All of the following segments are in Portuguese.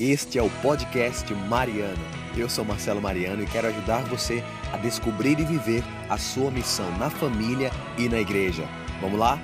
Este é o podcast Mariano. Eu sou Marcelo Mariano e quero ajudar você a descobrir e viver a sua missão na família e na igreja. Vamos lá?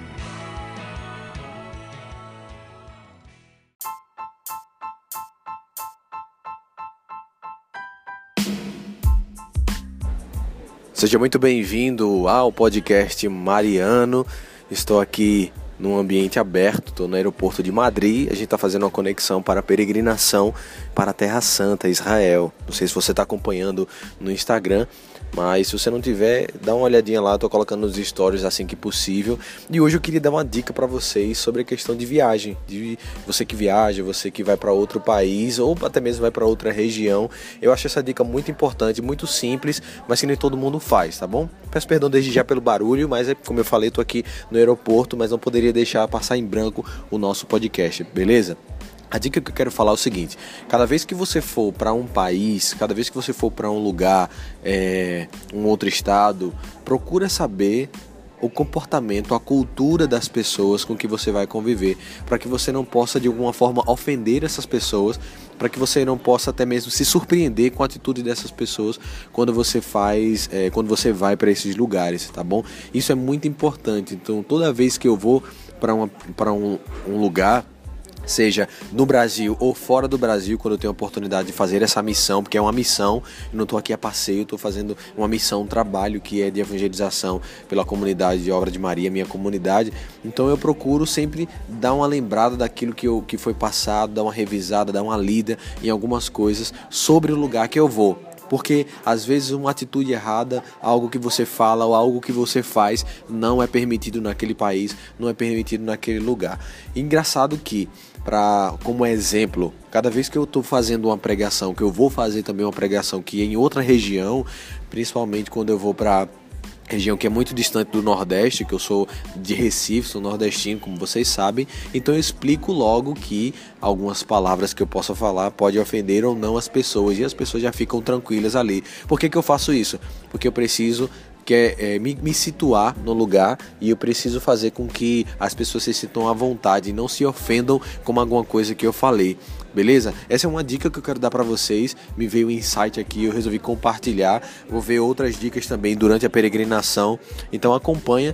Seja muito bem-vindo ao podcast Mariano. Estou aqui num ambiente aberto, estou no aeroporto de Madrid. A gente está fazendo uma conexão para a peregrinação para a Terra Santa, Israel. Não sei se você está acompanhando no Instagram, mas se você não tiver, dá uma olhadinha lá, estou colocando nos stories assim que possível. E hoje eu queria dar uma dica para vocês sobre a questão de viagem, de você que viaja, você que vai para outro país ou até mesmo vai para outra região. Eu acho essa dica muito importante, muito simples, mas que nem todo mundo faz, tá bom? Peço perdão desde já pelo barulho, mas como eu falei, estou aqui no aeroporto, mas não poderia deixar passar em branco o nosso podcast, beleza? A dica que eu quero falar é o seguinte: cada vez que você for para um país, cada vez que você for para um lugar, um outro estado, procura saber o comportamento, a cultura das pessoas com que você vai conviver, para que você não possa de alguma forma ofender essas pessoas, para que você não possa até mesmo se surpreender com a atitude dessas pessoas quando você vai para esses lugares, tá bom? Isso é muito importante. Então, toda vez que eu vou para um lugar, seja no Brasil ou fora do Brasil, quando eu tenho a oportunidade de fazer essa missão, porque é uma missão, eu não estou aqui a passeio, estou fazendo uma missão, um trabalho que é de evangelização pela comunidade de Obra de Maria, minha comunidade. Então eu procuro sempre dar uma lembrada daquilo que foi passado, dar uma revisada, dar uma lida em algumas coisas sobre o lugar que eu vou. Porque às vezes uma atitude errada, algo que você fala ou algo que você faz não é permitido naquele país, não é permitido naquele lugar. Engraçado que, como exemplo, cada vez que eu estou fazendo uma pregação, que eu vou fazer também uma pregação que é em outra região, principalmente quando eu vou para região que é muito distante do Nordeste, que eu sou de Recife, sou nordestino, como vocês sabem, então eu explico logo que algumas palavras que eu possa falar pode ofender ou não as pessoas, e as pessoas já ficam tranquilas ali. Por que eu faço isso? Porque eu preciso me situar no lugar, e eu preciso fazer com que as pessoas se sintam à vontade e não se ofendam com alguma coisa que eu falei. Beleza? Essa é uma dica que eu quero dar para vocês. Me veio um insight aqui, eu resolvi compartilhar. Vou ver outras dicas também durante a peregrinação. Então acompanha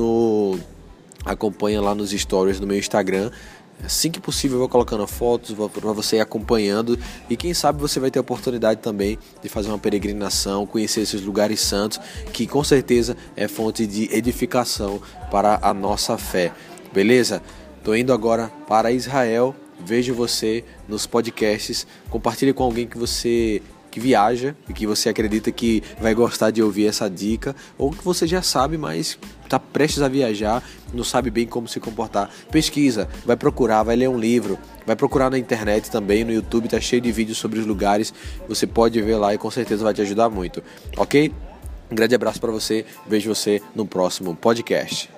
lá nos stories do meu Instagram. Assim que possível eu vou colocando fotos para você ir acompanhando, e quem sabe você vai ter a oportunidade também de fazer uma peregrinação, conhecer esses lugares santos, que com certeza é fonte de edificação para a nossa fé. Beleza? Estou indo agora para Israel. Vejo você nos podcasts. Compartilhe com alguém que viaja e que você acredita que vai gostar de ouvir essa dica, ou que você já sabe, mas está prestes a viajar, não sabe bem como se comportar. Pesquisa, vai procurar, vai ler um livro, vai procurar na internet também, no YouTube está cheio de vídeos sobre os lugares, você pode ver lá e com certeza vai te ajudar muito, ok? Um grande abraço para você, vejo você no próximo podcast.